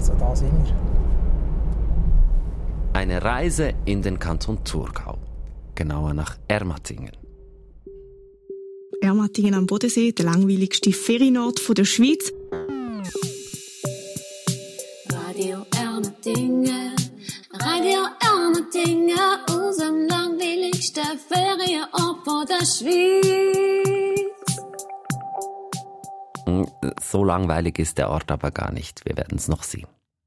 Also da sind wir. Eine Reise in den Kanton Thurgau, genauer nach Ermatingen. Ermatingen am Bodensee, der langweiligste Ferienort der Schweiz. Radio Ermatingen, Radio Ermatingen, unserem langweiligsten Ferienort der Schweiz. So langweilig ist der Ort aber gar nicht. Wir werden es noch sehen.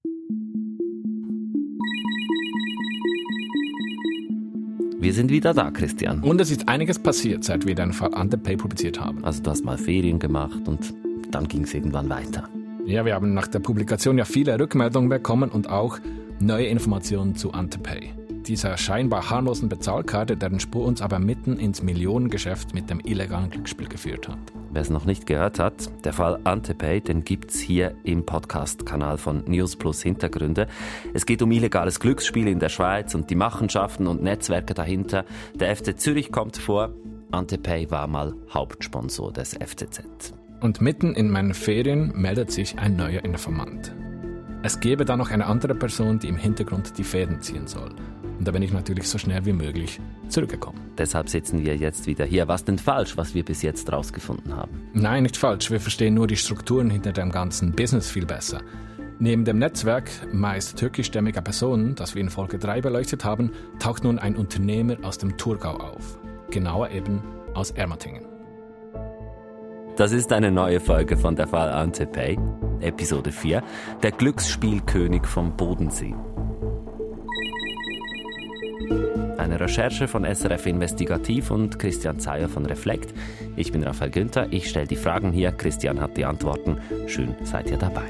Wir sind wieder da, Christian. Und es ist einiges passiert, seit wir den Fall Antepay publiziert haben. Also du hast mal Ferien gemacht und dann ging es irgendwann weiter. Ja, wir haben nach der Publikation ja viele Rückmeldungen bekommen und auch neue Informationen zu Antepay. Dieser scheinbar harmlosen Bezahlkarte, deren Spur uns aber mitten ins Millionengeschäft mit dem illegalen Glücksspiel geführt hat. Wer es noch nicht gehört hat, der Fall Antepay, den gibt's hier im Podcast-Kanal von News Plus Hintergründe. Es geht um illegales Glücksspiel in der Schweiz und die Machenschaften und Netzwerke dahinter. Der FC Zürich kommt vor. Antepay war mal Hauptsponsor des FCZ. Und mitten in meinen Ferien meldet sich ein neuer Informant. Es gäbe da noch eine andere Person, die im Hintergrund die Fäden ziehen soll. Und da bin ich natürlich so schnell wie möglich zurückgekommen. Deshalb sitzen wir jetzt wieder hier. Was denn falsch, was wir bis jetzt rausgefunden haben? Nein, nicht falsch. Wir verstehen nur die Strukturen hinter dem ganzen Business viel besser. Neben dem Netzwerk meist türkischstämmiger Personen, das wir in Folge 3 beleuchtet haben, taucht nun ein Unternehmer aus dem Thurgau auf. Genauer eben aus Ermatingen. Das ist eine neue Folge von der Fall Antepay, Episode 4, der Glücksspielkönig vom Bodensee. Eine Recherche von SRF Investigativ und Christian Zeyer von Reflekt. Ich bin Raphael Günther, ich stelle die Fragen hier, Christian hat die Antworten. Schön, seid ihr dabei.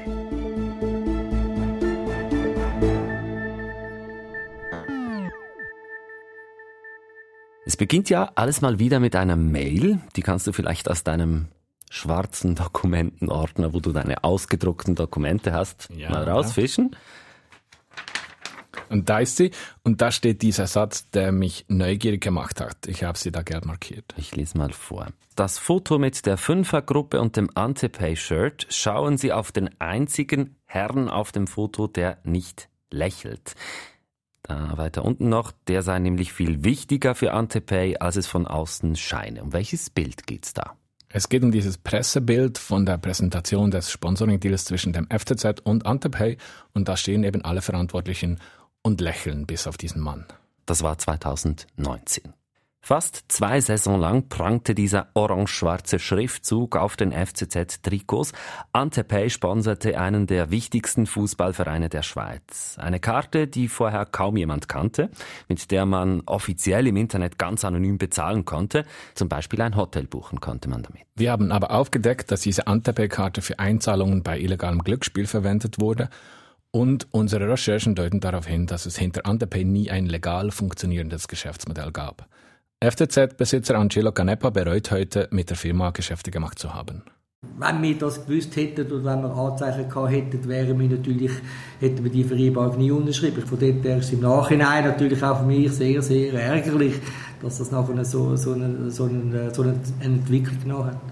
Es beginnt ja alles mal wieder mit einer Mail, die kannst du vielleicht aus deinem schwarzen Dokumentenordner, wo du deine ausgedruckten Dokumente hast, mal rausfischen. Und da ist sie. Und da steht dieser Satz, der mich neugierig gemacht hat. Ich habe sie da gelb markiert. Ich lese mal vor. Das Foto mit der Fünfergruppe und dem Antepay-Shirt. Schauen Sie auf den einzigen Herrn auf dem Foto, der nicht lächelt. Da weiter unten noch, der sei nämlich viel wichtiger für Antepay, als es von außen scheine. Um welches Bild geht's da? Es geht um dieses Pressebild von der Präsentation des Sponsoring-Deals zwischen dem FCZ und Antepay. Und da stehen eben alle Verantwortlichen und lächeln bis auf diesen Mann. Das war 2019. Fast 2 Saisons lang prangte dieser orange-schwarze Schriftzug auf den FCZ-Trikots. Antepay sponserte einen der wichtigsten Fußballvereine der Schweiz. Eine Karte, die vorher kaum jemand kannte, mit der man offiziell im Internet ganz anonym bezahlen konnte. Zum Beispiel ein Hotel buchen konnte man damit. Wir haben aber aufgedeckt, dass diese Antepay-Karte für Einzahlungen bei illegalem Glücksspiel verwendet wurde. Und unsere Recherchen deuten darauf hin, dass es hinter Antepay nie ein legal funktionierendes Geschäftsmodell gab. FCZ-Besitzer Angelo Canepa bereut heute, mit der Firma Geschäfte gemacht zu haben. Wenn wir das gewusst hätten oder wenn wir Anzeichen gehabt hätten, hätten wir die Vereinbarung nie unterschrieben. Von dort her ist es im Nachhinein natürlich auch für mich sehr, sehr ärgerlich, dass das nachher so eine Entwicklung genommen hat.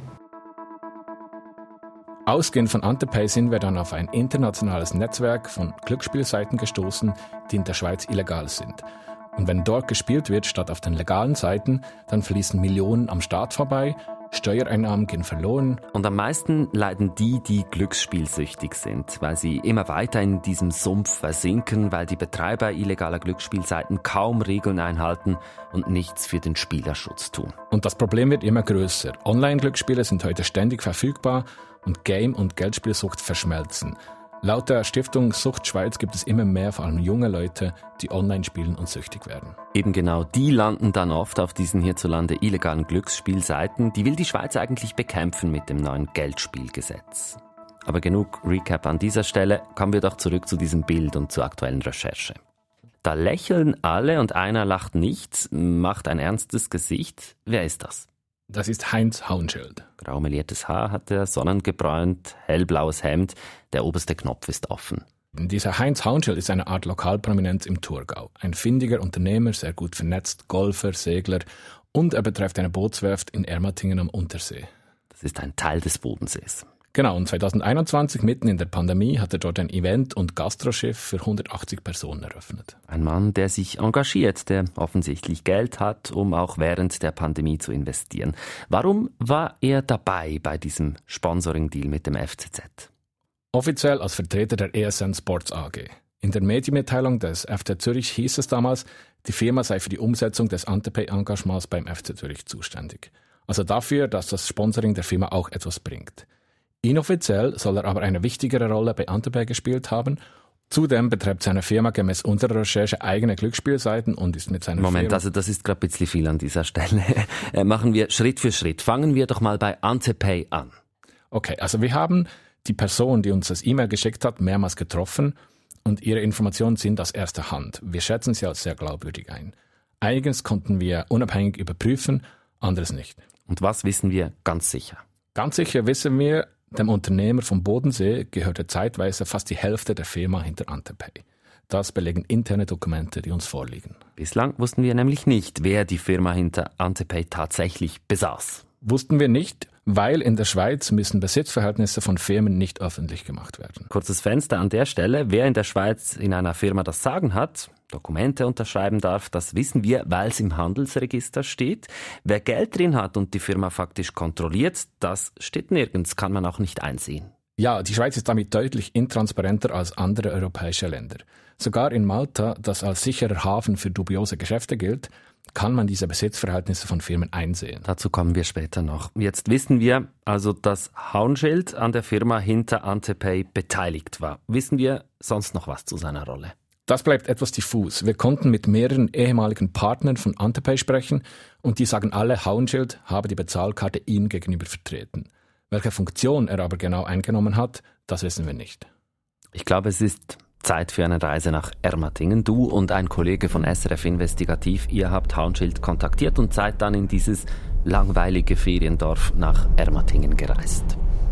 Ausgehend von Antepay sind wir dann auf ein internationales Netzwerk von Glücksspielseiten gestoßen, die in der Schweiz illegal sind. Und wenn dort gespielt wird statt auf den legalen Seiten, dann fließen Millionen am Staat vorbei, Steuereinnahmen gehen verloren. Und am meisten leiden die glücksspielsüchtig sind, weil sie immer weiter in diesem Sumpf versinken, weil die Betreiber illegaler Glücksspielseiten kaum Regeln einhalten und nichts für den Spielerschutz tun. Und das Problem wird immer größer. Online-Glücksspiele sind heute ständig verfügbar und Game- und Geldspielsucht verschmelzen. Laut der Stiftung Sucht Schweiz gibt es immer mehr, vor allem junge Leute, die online spielen und süchtig werden. Eben genau, die landen dann oft auf diesen hierzulande illegalen Glücksspielseiten. Die will die Schweiz eigentlich bekämpfen mit dem neuen Geldspielgesetz. Aber genug Recap an dieser Stelle, kommen wir doch zurück zu diesem Bild und zur aktuellen Recherche. Da lächeln alle und einer lacht nicht, macht ein ernstes Gesicht. Wer ist das? Das ist Heinz Hauenschild. Grau meliertes Haar hat er, sonnengebräunt, hellblaues Hemd, der oberste Knopf ist offen. Dieser Heinz Hauenschild ist eine Art Lokalprominenz im Thurgau. Ein findiger Unternehmer, sehr gut vernetzt, Golfer, Segler und er betreibt eine Bootswerft in Ermatingen am Untersee. Das ist ein Teil des Bodensees. Genau, und 2021, mitten in der Pandemie, hat er dort ein Event- und Gastroschiff für 180 Personen eröffnet. Ein Mann, der sich engagiert, der offensichtlich Geld hat, um auch während der Pandemie zu investieren. Warum war er dabei bei diesem Sponsoring-Deal mit dem FCZ? Offiziell als Vertreter der ESN Sports AG. In der Medienmitteilung des FC Zürich hieß es damals, die Firma sei für die Umsetzung des Antepay-Engagements beim FC Zürich zuständig. Also dafür, dass das Sponsoring der Firma auch etwas bringt. Inoffiziell soll er aber eine wichtigere Rolle bei Antepay gespielt haben. Zudem betreibt seine Firma gemäß unserer Recherche eigene Glücksspielseiten und ist mit seiner Moment, Firma... also das ist gerade ein bisschen viel an dieser Stelle. Machen wir Schritt für Schritt. Fangen wir doch mal bei Antepay an. Okay, also wir haben die Person, die uns das E-Mail geschickt hat, mehrmals getroffen und ihre Informationen sind aus erster Hand. Wir schätzen sie als sehr glaubwürdig ein. Einiges konnten wir unabhängig überprüfen, anderes nicht. Und was wissen wir ganz sicher? Ganz sicher wissen wir, dem Unternehmer vom Bodensee gehörte zeitweise fast die Hälfte der Firma hinter Antepay. Das belegen interne Dokumente, die uns vorliegen. Bislang wussten wir nämlich nicht, wer die Firma hinter Antepay tatsächlich besaß. Wussten wir nicht, weil in der Schweiz müssen Besitzverhältnisse von Firmen nicht öffentlich gemacht werden. Kurzes Fenster an der Stelle. Wer in der Schweiz in einer Firma das Sagen hat, Dokumente unterschreiben darf, das wissen wir, weil es im Handelsregister steht. Wer Geld drin hat und die Firma faktisch kontrolliert, das steht nirgends, kann man auch nicht einsehen. Ja, die Schweiz ist damit deutlich intransparenter als andere europäische Länder. Sogar in Malta, das als sicherer Hafen für dubiose Geschäfte gilt, kann man diese Besitzverhältnisse von Firmen einsehen. Dazu kommen wir später noch. Jetzt wissen wir also, dass Haunschild an der Firma hinter Antepay beteiligt war. Wissen wir sonst noch was zu seiner Rolle? Das bleibt etwas diffus. Wir konnten mit mehreren ehemaligen Partnern von Antepay sprechen und die sagen alle, Haunschild habe die Bezahlkarte ihm gegenüber vertreten. Welche Funktion er aber genau eingenommen hat, das wissen wir nicht. Ich glaube, es ist Zeit für eine Reise nach Ermatingen. Du und ein Kollege von SRF Investigativ, ihr habt Haunschild kontaktiert und seid dann in dieses langweilige Feriendorf nach Ermatingen gereist.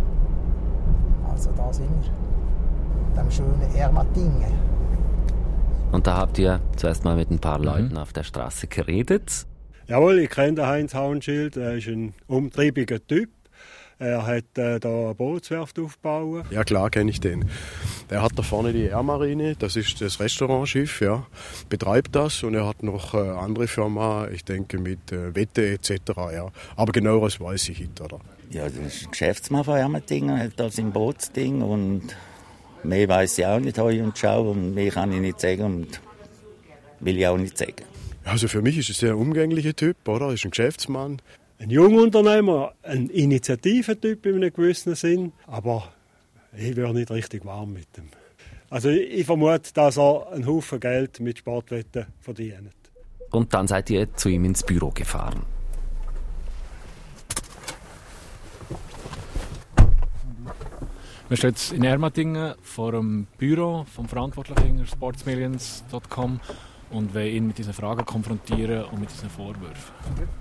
Also da sind wir, dem schönen Ermatingen. Und da habt ihr zuerst mal mit ein paar Leuten auf der Straße geredet. Jawohl, ich kenne den Heinz Haunschild, er ist ein umtriebiger Typ. Er hat da eine Bootswerft aufgebaut. Ja klar, kenne ich den. Er hat da vorne die Air-Marine, das ist das Restaurantschiff, ja, betreibt das und er hat noch eine andere Firma, ich denke mit Wette etc. Ja. Aber genaueres weiß ich nicht, oder? Ja, das ist ein Geschäftsmann von Ermatingen, hat da sein Bootsding und mehr weiss ich auch nicht, heu und schau, und mehr kann ich nicht sagen und will ich auch nicht sagen. Also für mich ist er ein sehr umgänglicher Typ, oder? Er ist ein Geschäftsmann. Ein Jungunternehmer, ein Initiativentyp in einem gewissen Sinn, aber ich werde nicht richtig warm mit ihm. Also ich vermute, dass er einen Haufen Geld mit Sportwetten verdient. Und dann seid ihr zu ihm ins Büro gefahren. Wir stehen jetzt in Ermatingen vor dem Büro vom Verantwortlichen hinter sportsmillions.com und wollen ihn mit diesen Fragen konfrontieren und mit diesen Vorwürfen.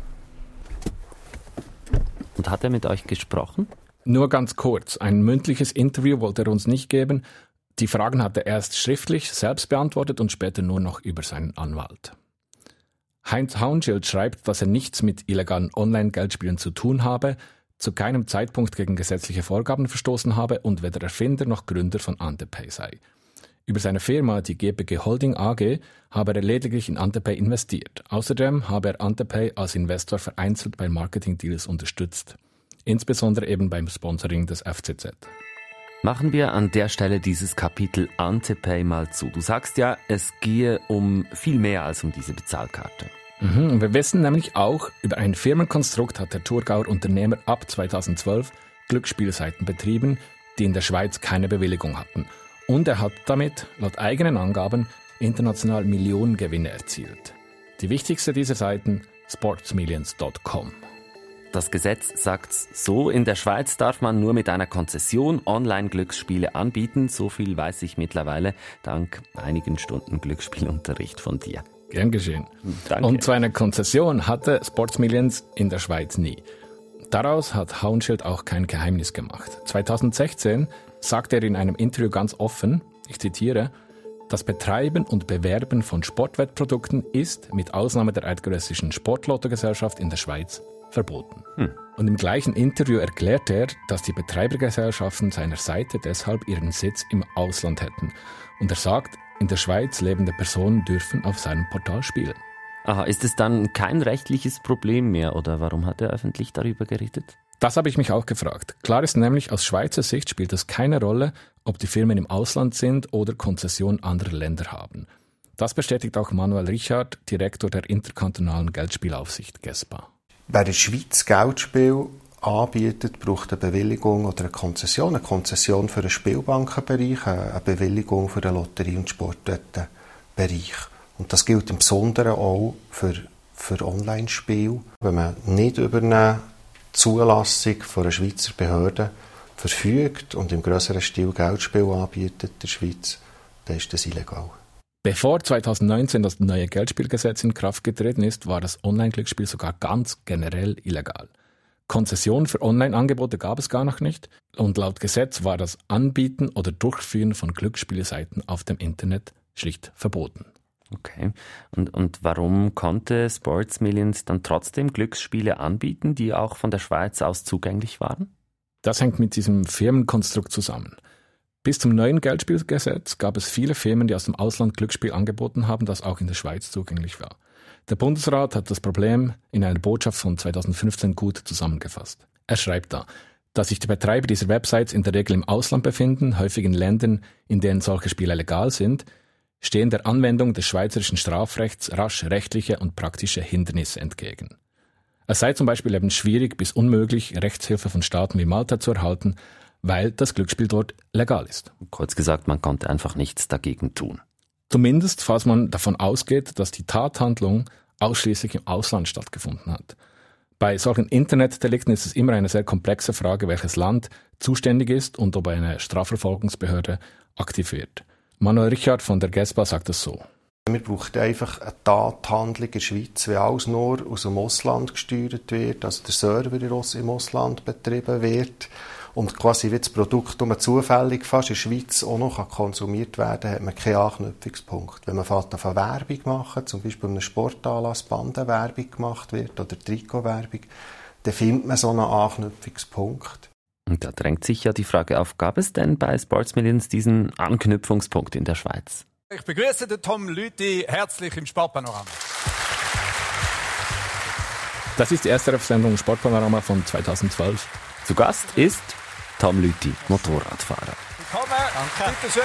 Und hat er mit euch gesprochen? Nur ganz kurz. Ein mündliches Interview wollte er uns nicht geben. Die Fragen hat er erst schriftlich selbst beantwortet und später nur noch über seinen Anwalt. Heinz Haunschild schreibt, dass er nichts mit illegalen Online-Geldspielen zu tun habe, zu keinem Zeitpunkt gegen gesetzliche Vorgaben verstoßen habe und weder Erfinder noch Gründer von Antepay sei. Über seine Firma, die GPG Holding AG, habe er lediglich in Antepay investiert. Außerdem habe er Antepay als Investor vereinzelt bei Marketing-Deals unterstützt. Insbesondere eben beim Sponsoring des FCZ. Machen wir an der Stelle dieses Kapitel Antepay mal zu. Du sagst ja, es gehe um viel mehr als um diese Bezahlkarte. Und wir wissen nämlich auch, über ein Firmenkonstrukt hat der Thurgauer Unternehmer ab 2012 Glücksspielseiten betrieben, die in der Schweiz keine Bewilligung hatten. Und er hat damit, laut eigenen Angaben, international Millionengewinne erzielt. Die wichtigste dieser Seiten, sportsmillions.com. Das Gesetz sagt so, in der Schweiz darf man nur mit einer Konzession Online-Glücksspiele anbieten. So viel weiß ich mittlerweile, dank einigen Stunden Glücksspielunterricht von dir. Gern geschehen. Danke. Und so eine Konzession hatte Sportsmillions in der Schweiz nie. Daraus hat Haunschild auch kein Geheimnis gemacht. 2016 sagte er in einem Interview ganz offen, ich zitiere, das Betreiben und Bewerben von Sportwettprodukten ist, mit Ausnahme der Eidgenössischen Sportlottogesellschaft in der Schweiz, verboten. Und im gleichen Interview erklärte er, dass die Betreibergesellschaften seiner Seite deshalb ihren Sitz im Ausland hätten. Und er sagt, in der Schweiz lebende Personen dürfen auf seinem Portal spielen. Aha, ist es dann kein rechtliches Problem mehr oder warum hat er öffentlich darüber geredet? Das habe ich mich auch gefragt. Klar ist nämlich, aus Schweizer Sicht spielt es keine Rolle, ob die Firmen im Ausland sind oder Konzession anderer Länder haben. Das bestätigt auch Manuel Richard, Direktor der interkantonalen Geldspielaufsicht GESPA. Wer in der Schweiz Geldspiel anbietet, braucht eine Bewilligung oder eine Konzession für den Spielbankenbereich, eine Bewilligung für den Lotterie- und Sportwettenbereich. Und das gilt im Besonderen auch für Online-Spiele. Wenn man nicht über eine Zulassung von einer Schweizer Behörde verfügt und im grösseren Stil Geldspiele anbietet in der Schweiz, dann ist das illegal. Bevor 2019 das neue Geldspielgesetz in Kraft getreten ist, war das Online-Glücksspiel sogar ganz generell illegal. Konzessionen für Online-Angebote gab es gar noch nicht und laut Gesetz war das Anbieten oder Durchführen von Glücksspielseiten auf dem Internet schlicht verboten. Okay. Und warum konnte Sports Millions dann trotzdem Glücksspiele anbieten, die auch von der Schweiz aus zugänglich waren? Das hängt mit diesem Firmenkonstrukt zusammen. Bis zum neuen Geldspielgesetz gab es viele Firmen, die aus dem Ausland Glücksspiel angeboten haben, das auch in der Schweiz zugänglich war. Der Bundesrat hat das Problem in einer Botschaft von 2015 gut zusammengefasst. Er schreibt da, dass sich die Betreiber dieser Websites in der Regel im Ausland befinden, häufig in Ländern, in denen solche Spiele legal sind, stehen der Anwendung des schweizerischen Strafrechts rasch rechtliche und praktische Hindernisse entgegen. Es sei zum Beispiel eben schwierig bis unmöglich, Rechtshilfe von Staaten wie Malta zu erhalten, weil das Glücksspiel dort legal ist. Kurz gesagt, man konnte einfach nichts dagegen tun. Zumindest, falls man davon ausgeht, dass die Tathandlung ausschließlich im Ausland stattgefunden hat. Bei solchen Internetdelikten ist es immer eine sehr komplexe Frage, welches Land zuständig ist und ob eine Strafverfolgungsbehörde aktiv wird. Manuel Richard von der GESPA sagt es so. Wir brauchen einfach eine Tathandlung in der Schweiz, wenn alles nur aus dem Ausland gesteuert wird, also der Server im Ausland betrieben wird und quasi wie das Produkt zufällig fast in der Schweiz auch noch konsumiert werden kann, hat man keinen Anknüpfungspunkt. Wenn man von Werbung machen, zum Beispiel einem Sportanlass Bandenwerbung gemacht wird oder Trikotwerbung, dann findet man so einen Anknüpfungspunkt. Und da drängt sich ja die Frage auf, gab es denn bei Sports Millions diesen Anknüpfungspunkt in der Schweiz? Ich begrüße den Tom Lüthi herzlich im Sportpanorama. Das ist die erste Sendung Sportpanorama von 2012. Zu Gast ist Tom Lüthi, Motorradfahrer. Willkommen, danke. Bitteschön.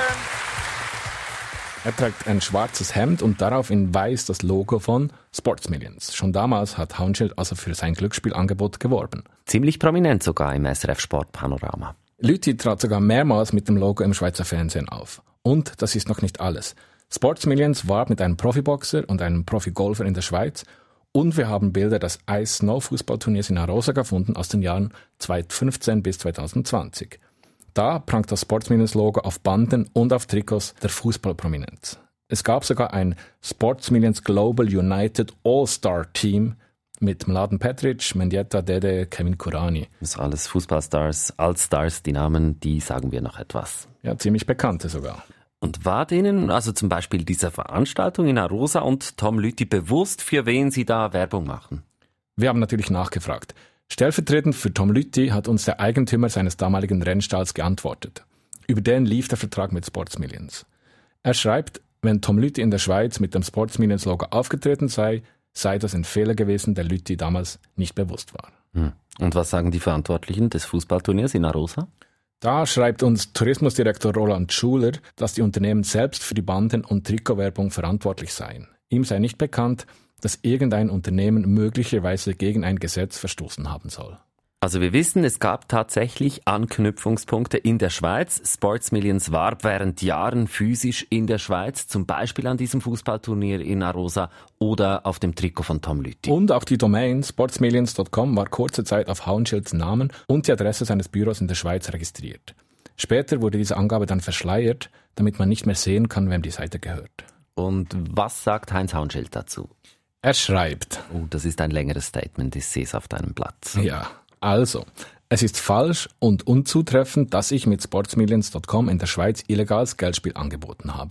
Er trägt ein schwarzes Hemd und darauf in weiß das Logo von Sports Millions. Schon damals hat Haunschild also für sein Glücksspielangebot geworben. Ziemlich prominent sogar im SRF Sportpanorama. Lüthi trat sogar mehrmals mit dem Logo im Schweizer Fernsehen auf. Und das ist noch nicht alles. Sports Millions warb mit einem Profiboxer und einem Profigolfer in der Schweiz und wir haben Bilder des Ice-Snow-Fußballturniers in Arosa gefunden aus den Jahren 2015 bis 2020. Da prangt das Sports Millions Logo auf Banden und auf Trikots der Fußballprominenz. Es gab sogar ein Sports Millions Global United All-Star Team mit Mladen Petric, Mendieta Dede, Kevin Kurani. Das sind alles Fußballstars, Allstars, die Namen, die sagen wir noch etwas. Ja, ziemlich bekannte sogar. Und war denen, also zum Beispiel dieser Veranstaltung in Arosa und Tom Lüthi bewusst, für wen sie da Werbung machen? Wir haben natürlich nachgefragt. Stellvertretend für Tom Lüthi hat uns der Eigentümer seines damaligen Rennstalls geantwortet. Über den lief der Vertrag mit Sports Millions. Er schreibt, wenn Tom Lüthi in der Schweiz mit dem Sports Millions Logo aufgetreten sei das ein Fehler gewesen, der Lüthi damals nicht bewusst war. Und was sagen die Verantwortlichen des Fußballturniers in Arosa? Da schreibt uns Tourismusdirektor Roland Schuler, dass die Unternehmen selbst für die Banden- und Trikotwerbung verantwortlich seien. Ihm sei nicht bekannt, dass irgendein Unternehmen möglicherweise gegen ein Gesetz verstoßen haben soll. Also wir wissen, es gab tatsächlich Anknüpfungspunkte in der Schweiz. Sports Millions warb während Jahren physisch in der Schweiz, zum Beispiel an diesem Fußballturnier in Arosa oder auf dem Trikot von Tom Lüthi. Und auch die Domain sportsmillions.com war kurze Zeit auf Hauenschilds Namen und die Adresse seines Büros in der Schweiz registriert. Später wurde diese Angabe dann verschleiert, damit man nicht mehr sehen kann, wem die Seite gehört. Und was sagt Heinz Hauenschild dazu? Er schreibt. Oh, das ist ein längeres Statement, ich sehe es auf deinem Blatt. Ja. Also, es ist falsch und unzutreffend, dass ich mit sportsmillions.com in der Schweiz illegales Geldspiel angeboten habe.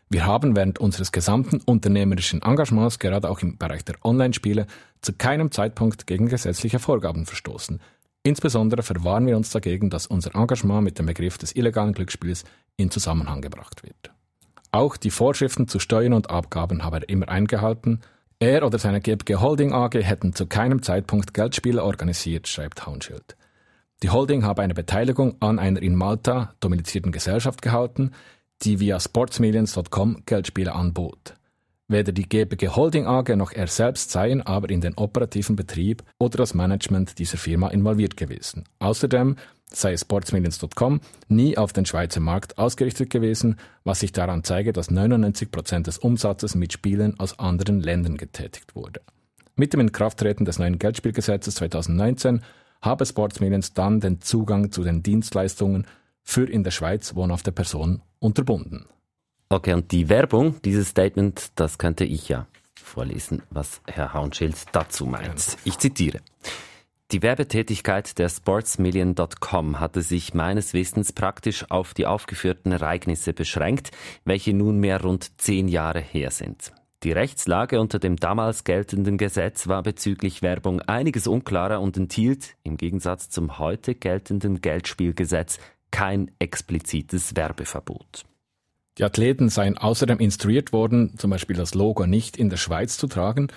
Wir haben während unseres gesamten unternehmerischen Engagements, gerade auch im Bereich der Online-Spiele, zu keinem Zeitpunkt gegen gesetzliche Vorgaben verstoßen. Insbesondere verwahren wir uns dagegen, dass unser Engagement mit dem Begriff des illegalen Glücksspiels in Zusammenhang gebracht wird. Auch die Vorschriften zu Steuern und Abgaben habe er immer eingehalten. Er oder seine GmbG Holding AG hätten zu keinem Zeitpunkt Geldspiele organisiert, schreibt Haunschild. Die Holding habe eine Beteiligung an einer in Malta domizilierten Gesellschaft gehalten, die via sportsmillions.com Geldspiele anbot. Weder die GmbG Holding AG noch er selbst seien aber in den operativen Betrieb oder das Management dieser Firma involviert gewesen. Außerdem sei sportsmillions.com nie auf den Schweizer Markt ausgerichtet gewesen, was sich daran zeige, dass 99% des Umsatzes mit Spielen aus anderen Ländern getätigt wurde. Mit dem Inkrafttreten des neuen Geldspielgesetzes 2019 habe Sportsmillions dann den Zugang zu den Dienstleistungen für in der Schweiz wohnhafte Personen unterbunden. Okay, und die Werbung, dieses Statement, das könnte ich ja vorlesen, was Herr Haunschild dazu meint. Ich zitiere. Die Werbetätigkeit der sportsmillion.com hatte sich meines Wissens praktisch auf die aufgeführten Ereignisse beschränkt, welche nunmehr rund 10 Jahre her sind. Die Rechtslage unter dem damals geltenden Gesetz war bezüglich Werbung einiges unklarer und enthielt, im Gegensatz zum heute geltenden Geldspielgesetz, kein explizites Werbeverbot. Die Athleten seien außerdem instruiert worden, zum Beispiel das Logo nicht in der Schweiz zu tragen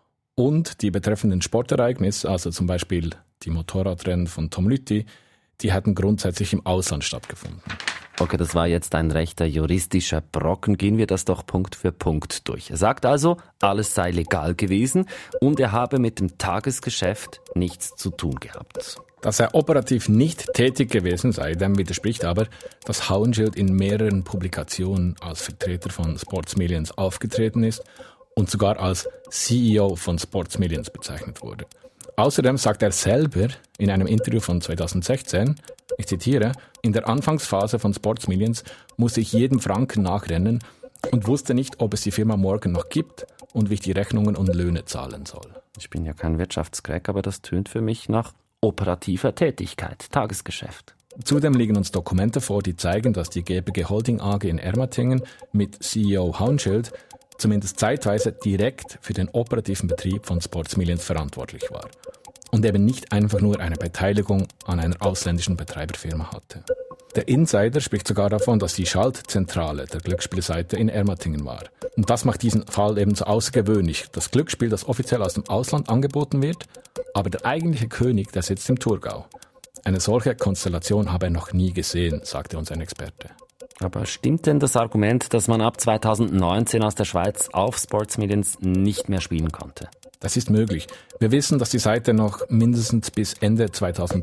und die betreffenden Sportereignisse, also zum Beispiel die Motorradrennen von Tom Lüthi, die hätten grundsätzlich im Ausland stattgefunden. Okay, das war jetzt ein rechter juristischer Brocken. Gehen wir das doch Punkt für Punkt durch. Er sagt also, alles sei legal gewesen und er habe mit dem Tagesgeschäft nichts zu tun gehabt. Dass er operativ nicht tätig gewesen sei, dem widerspricht aber, dass Haunschild in mehreren Publikationen als Vertreter von Sportsmillions aufgetreten ist und sogar als CEO von Sportsmillions bezeichnet wurde. Außerdem sagt er selber in einem Interview von 2016, ich zitiere, in der Anfangsphase von Sportsmillions musste ich jeden Franken nachrennen und wusste nicht, ob es die Firma morgen noch gibt und wie ich die Rechnungen und Löhne zahlen soll. Ich bin ja kein Wirtschaftscrack, aber das tönt für mich nach operativer Tätigkeit, Tagesgeschäft. Zudem liegen uns Dokumente vor, die zeigen, dass die GmbG Holding AG in Ermatingen mit CEO Haunschild zumindest zeitweise direkt für den operativen Betrieb von Sportsmillions verantwortlich war und eben nicht einfach nur eine Beteiligung an einer ausländischen Betreiberfirma hatte. Der Insider spricht sogar davon, dass die Schaltzentrale der Glücksspielseite in Ermatingen war. Und das macht diesen Fall eben so außergewöhnlich. Das Glücksspiel, das offiziell aus dem Ausland angeboten wird, aber der eigentliche König, der sitzt im Thurgau. Eine solche Konstellation habe er noch nie gesehen, sagte uns ein Experte. Aber stimmt denn das Argument, dass man ab 2019 aus der Schweiz auf Sportsmillions nicht mehr spielen konnte? Das ist möglich. Wir wissen, dass die Seite noch mindestens bis Ende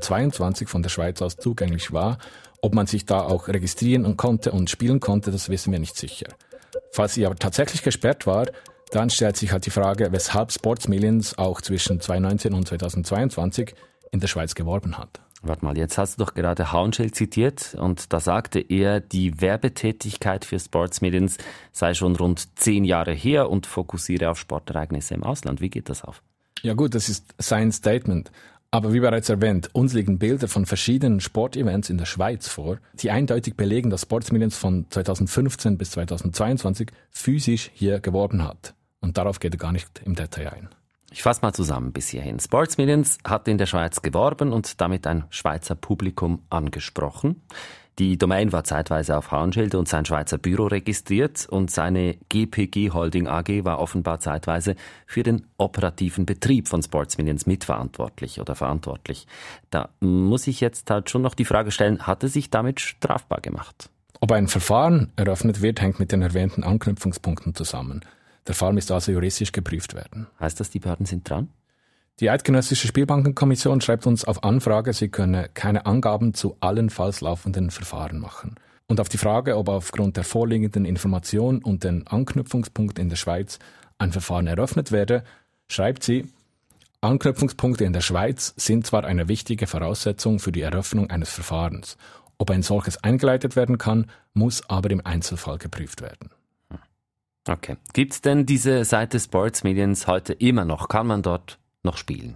2022 von der Schweiz aus zugänglich war. Ob man sich da auch registrieren konnte und spielen konnte, das wissen wir nicht sicher. Falls sie aber tatsächlich gesperrt war, dann stellt sich halt die Frage, weshalb Sportsmillions auch zwischen 2019 und 2022 in der Schweiz geworben hat. Warte mal, jetzt hast du doch gerade Haunschild zitiert und da sagte er, die Werbetätigkeit für Sportsmillions sei schon rund 10 Jahre her und fokussiere auf Sportereignisse im Ausland. Wie geht das auf? Ja gut, das ist sein Statement. Aber wie bereits erwähnt, uns liegen Bilder von verschiedenen Sportevents in der Schweiz vor, die eindeutig belegen, dass Sportsmillions von 2015 bis 2022 physisch hier geworben hat. Und darauf geht er gar nicht im Detail ein. Ich fasse mal zusammen bis hierhin. Sportsmillions hat in der Schweiz geworben und damit ein Schweizer Publikum angesprochen. Die Domain war zeitweise auf Haunschild und sein Schweizer Büro registriert und seine GmbG Holding AG war offenbar zeitweise für den operativen Betrieb von Sportsmillions mitverantwortlich oder verantwortlich. Da muss ich jetzt halt schon noch die Frage stellen, hat er sich damit strafbar gemacht? Ob ein Verfahren eröffnet wird, hängt mit den erwähnten Anknüpfungspunkten zusammen. Der Fall müsste also juristisch geprüft werden. Heißt das, die Behörden sind dran? Die Eidgenössische Spielbankenkommission schreibt uns auf Anfrage, sie könne keine Angaben zu allenfalls laufenden Verfahren machen. Und auf die Frage, ob aufgrund der vorliegenden Information und den Anknüpfungspunkten in der Schweiz ein Verfahren eröffnet werde, schreibt sie, Anknüpfungspunkte in der Schweiz sind zwar eine wichtige Voraussetzung für die Eröffnung eines Verfahrens. Ob ein solches eingeleitet werden kann, muss aber im Einzelfall geprüft werden. Okay. Gibt's denn diese Seite Sportsmillions heute immer noch? Kann man dort noch spielen?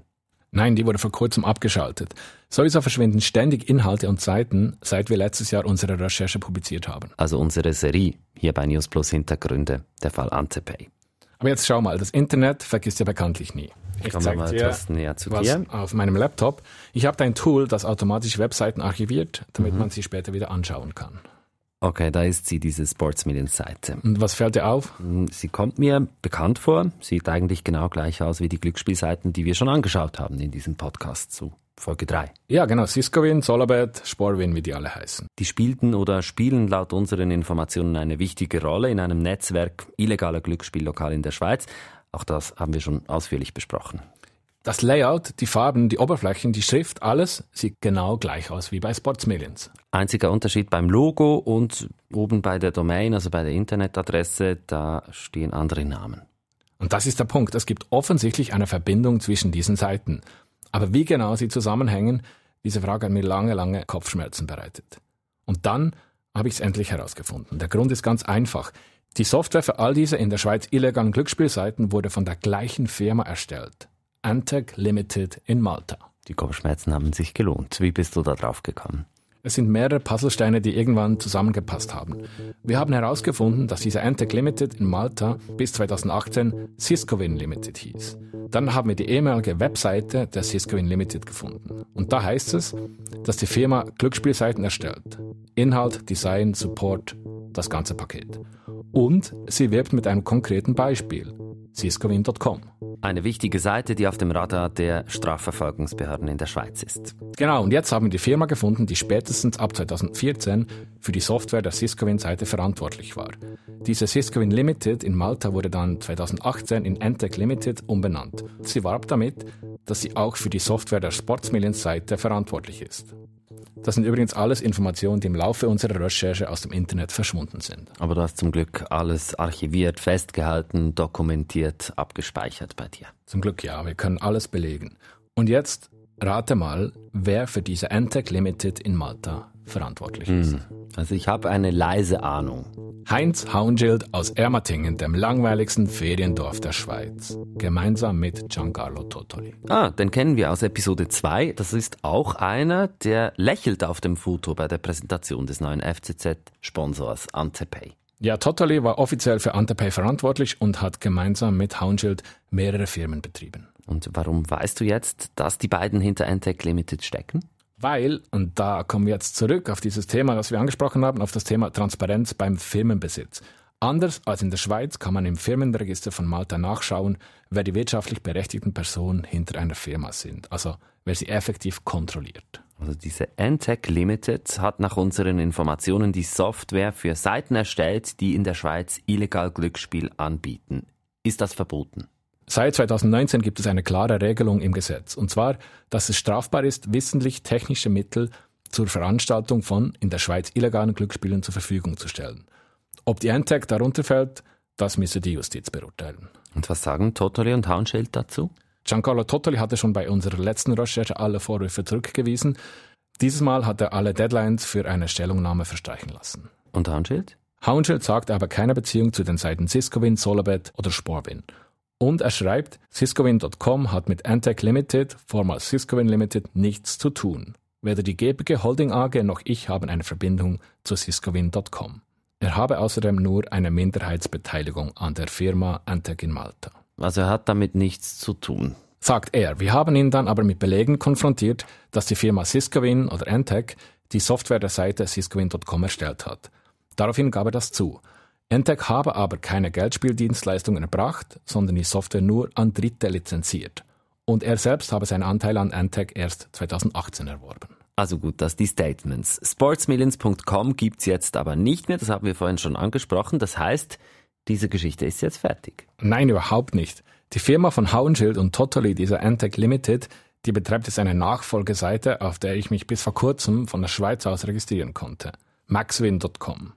Nein, die wurde vor kurzem abgeschaltet. Sowieso verschwinden ständig Inhalte und Seiten, seit wir letztes Jahr unsere Recherche publiziert haben. Also unsere Serie hier bei News Plus Hintergründe, der Fall Antepay. Aber jetzt schau mal, das Internet vergisst ja bekanntlich nie. Ich Komme mal etwas näher zu dir. Auf meinem Laptop. Ich habe da ein Tool, das automatisch Webseiten archiviert, damit man sie später wieder anschauen kann. Okay, da ist sie, diese Sports Millions Seite. Und was fällt dir auf? Sie kommt mir bekannt vor, sieht eigentlich genau gleich aus wie die Glücksspielseiten, die wir schon angeschaut haben in diesem Podcast zu Folge 3. Ja, genau, Siscowin, Solabet, Sporwin, wie die alle heißen. Die spielten oder spielen laut unseren Informationen eine wichtige Rolle in einem Netzwerk illegaler Glücksspiellokale in der Schweiz. Auch das haben wir schon ausführlich besprochen. Das Layout, die Farben, die Oberflächen, die Schrift, alles sieht genau gleich aus wie bei Sports Millions. Einziger Unterschied beim Logo und oben bei der Domain, also bei der Internetadresse, da stehen andere Namen. Und das ist der Punkt. Es gibt offensichtlich eine Verbindung zwischen diesen Seiten. Aber wie genau sie zusammenhängen, diese Frage hat mir lange Kopfschmerzen bereitet. Und dann habe ich es endlich herausgefunden. Der Grund ist ganz einfach. Die Software für all diese in der Schweiz illegalen Glücksspielseiten wurde von der gleichen Firma erstellt. Antec Limited in Malta. Die Kopfschmerzen haben sich gelohnt. Wie bist du da drauf gekommen? Es sind mehrere Puzzlesteine, die irgendwann zusammengepasst haben. Wir haben herausgefunden, dass diese Antec Limited in Malta bis 2018 Siscowin Limited hieß. Dann haben wir die ehemalige Webseite der Siscowin Limited gefunden. Und da heißt es, dass die Firma Glücksspielseiten erstellt. Inhalt, Design, Support, das ganze Paket. Und sie wirbt mit einem konkreten Beispiel. Siscowin.com. Eine wichtige Seite, die auf dem Radar der Strafverfolgungsbehörden in der Schweiz ist. Genau, und jetzt haben wir die Firma gefunden, die spätestens ab 2014 für die Software der Siscowin-Seite verantwortlich war. Diese Siscowin Limited in Malta wurde dann 2018 in Antec Limited umbenannt. Sie warb damit, dass sie auch für die Software der Sports Millions-Seite verantwortlich ist. Das sind übrigens alles Informationen, die im Laufe unserer Recherche aus dem Internet verschwunden sind. Aber du hast zum Glück alles archiviert, festgehalten, dokumentiert, abgespeichert bei dir. Zum Glück ja, wir können alles belegen. Und jetzt rate mal, wer für diese Antec Limited in Malta verantwortlich ist. Also ich habe eine leise Ahnung. Heinz Hauenschild aus Ermatingen, dem langweiligsten Feriendorf der Schweiz. Gemeinsam mit Giancarlo Totoli. Den kennen wir aus Episode 2. Das ist auch einer, der lächelt auf dem Foto bei der Präsentation des neuen FCZ-Sponsors Antepay. Ja, Totoli war offiziell für Antepay verantwortlich und hat gemeinsam mit Hauenschild mehrere Firmen betrieben. Und warum weißt du jetzt, dass die beiden hinter Antec Limited stecken? Weil, und da kommen wir jetzt zurück auf dieses Thema, das wir angesprochen haben, auf das Thema Transparenz beim Firmenbesitz. Anders als in der Schweiz kann man im Firmenregister von Malta nachschauen, wer die wirtschaftlich berechtigten Personen hinter einer Firma sind, also wer sie effektiv kontrolliert. Also diese Antec Limited hat nach unseren Informationen die Software für Seiten erstellt, die in der Schweiz illegal Glücksspiel anbieten. Ist das verboten? Seit 2019 gibt es eine klare Regelung im Gesetz, und zwar, dass es strafbar ist, wissentlich technische Mittel zur Veranstaltung von in der Schweiz illegalen Glücksspielen zur Verfügung zu stellen. Ob die Antec darunter fällt, das müsse die Justiz beurteilen. Und was sagen Totoli und Hauenschild dazu? Giancarlo Totoli hatte schon bei unserer letzten Recherche alle Vorwürfe zurückgewiesen. Dieses Mal hat er alle Deadlines für eine Stellungnahme verstreichen lassen. Und Hauenschild? Hauenschild sagt aber keine Beziehung zu den Seiten Siscowin, Solabet oder Sporwin. Und er schreibt, Siscowin.com hat mit Antec Limited, vormals Siscowin Limited, nichts zu tun. Weder die gebige Holding AG noch ich haben eine Verbindung zu Siscowin.com. Er habe außerdem nur eine Minderheitsbeteiligung an der Firma Antec in Malta. Also er hat damit nichts zu tun. Sagt er. Wir haben ihn dann aber mit Belegen konfrontiert, dass die Firma Siscowin oder Antec die Software der Seite Siscowin.com erstellt hat. Daraufhin gab er das zu. Antec habe aber keine Geldspieldienstleistungen erbracht, sondern die Software nur an Dritte lizenziert. Und er selbst habe seinen Anteil an Antec erst 2018 erworben. Also gut, das die Statements. Sportsmillions.com gibt's jetzt aber nicht mehr, das haben wir vorhin schon angesprochen. Das heißt, diese Geschichte ist jetzt fertig. Nein, überhaupt nicht. Die Firma von Hauenschild und Totoli, dieser Antec Limited, die betreibt jetzt eine Nachfolgeseite, auf der ich mich bis vor kurzem von der Schweiz aus registrieren konnte. maxwin.com.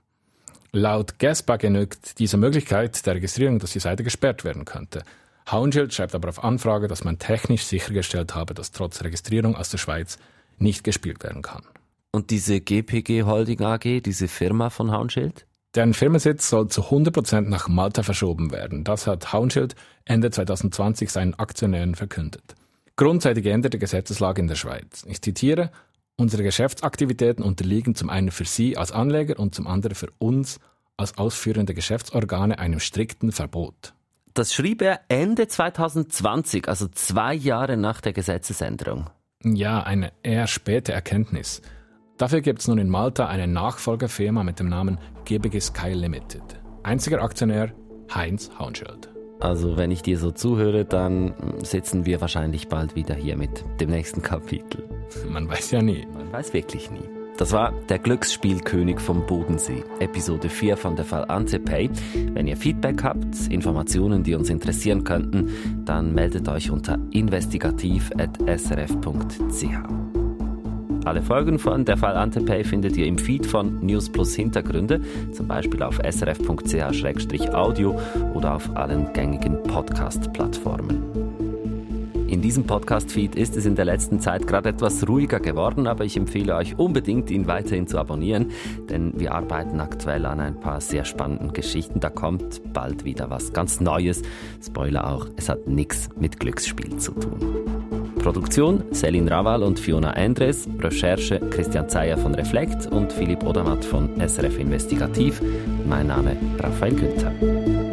Laut GESPA genügt diese Möglichkeit der Registrierung, dass die Seite gesperrt werden könnte. Hauenschild schreibt aber auf Anfrage, dass man technisch sichergestellt habe, dass trotz Registrierung aus der Schweiz nicht gespielt werden kann. Und diese GPG Holding AG, diese Firma von Hauenschild? Deren Firmensitz soll zu 100% nach Malta verschoben werden. Das hat Hauenschild Ende 2020 seinen Aktionären verkündet. grundsätzlich geänderte Gesetzeslage in der Schweiz. Ich zitiere: Unsere Geschäftsaktivitäten unterliegen zum einen für Sie als Anleger und zum anderen für uns als ausführende Geschäftsorgane einem strikten Verbot. Das schrieb er Ende 2020, also 2 Jahre nach der Gesetzesänderung. Ja, eine eher späte Erkenntnis. Dafür gibt es nun in Malta eine Nachfolgerfirma mit dem Namen GBG Sky Limited. Einziger Aktionär Heinz Hauenschild. Also wenn ich dir so zuhöre, dann sitzen wir wahrscheinlich bald wieder hier mit dem nächsten Kapitel. Man weiß ja nie. Man weiß wirklich nie. Das war der Glücksspielkönig vom Bodensee, Episode 4 von der Fall Ante Pay. Wenn ihr Feedback habt, Informationen, die uns interessieren könnten, dann meldet euch unter investigativ@srf.ch. Alle Folgen von Der Fall Ante Pay findet ihr im Feed von News Plus Hintergründe, zum Beispiel auf srf.ch/audio oder auf allen gängigen Podcast-Plattformen. In diesem Podcast-Feed ist es in der letzten Zeit gerade etwas ruhiger geworden, aber ich empfehle euch unbedingt, ihn weiterhin zu abonnieren, denn wir arbeiten aktuell an ein paar sehr spannenden Geschichten. Da kommt bald wieder was ganz Neues. Spoiler auch, es hat nichts mit Glücksspiel zu tun. Produktion Selin Rawal und Fiona Endres, Recherche Christian Zeyer von Reflekt und Philipp Odermatt von SRF Investigativ. Mein Name Raphael Günther.